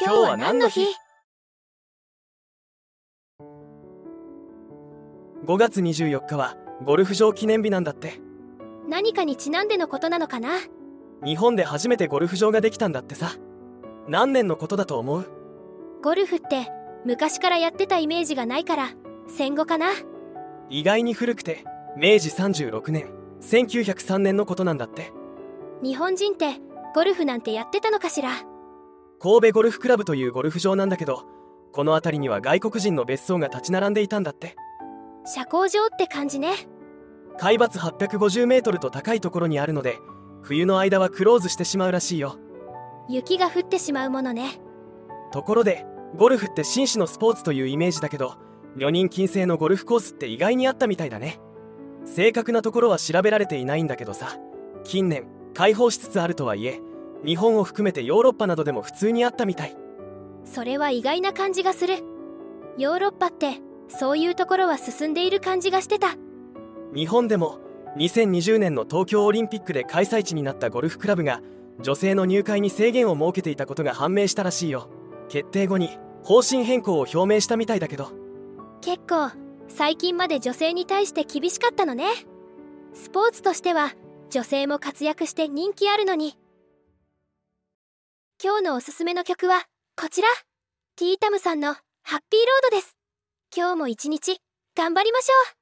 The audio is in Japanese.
今日は何の日？ 5 月24日はゴルフ場記念日なんだって。 何かにちなんでのことなのかな？ 日本で初めてゴルフ場ができたんだってさ。何年のことだと思う？ ゴルフって昔からやってたイメージがないから戦後かな。 意外に古くて明治36年1903年のことなんだって。 日本人ってゴルフなんてやってたのかしら？ 神戸ゴルフクラブというゴルフ場なんだけど、この辺りには外国人の別荘が立ち並んでいたんだって。 社交場って感じね。 海抜850メートルと高いところにあるので、冬の間はクローズしてしまうらしいよ。 雪が降ってしまうものね。 ところでゴルフって紳士のスポーツというイメージだけど、女人禁制のゴルフコースって意外にあったみたいだね。正確なところは調べられていないんだけどさ、近年開放しつつあるとはいえ、日本を含めてヨーロッパなどでも普通にあったみたい。 それは意外な感じがする。ヨーロッパってそういうところは進んでいる感じがしてた。 日本でも2020年の東京オリンピックで開催地になったゴルフクラブが女性の入会に制限を設けていたことが判明したらしいよ。決定後に方針変更を表明したみたいだけど。 結構最近まで女性に対して厳しかったのね。スポーツとしては女性も活躍して人気あるのに。今日のおすすめの曲はこちら、ティータムさんのハッピーロードです。今日も一日頑張りましょう。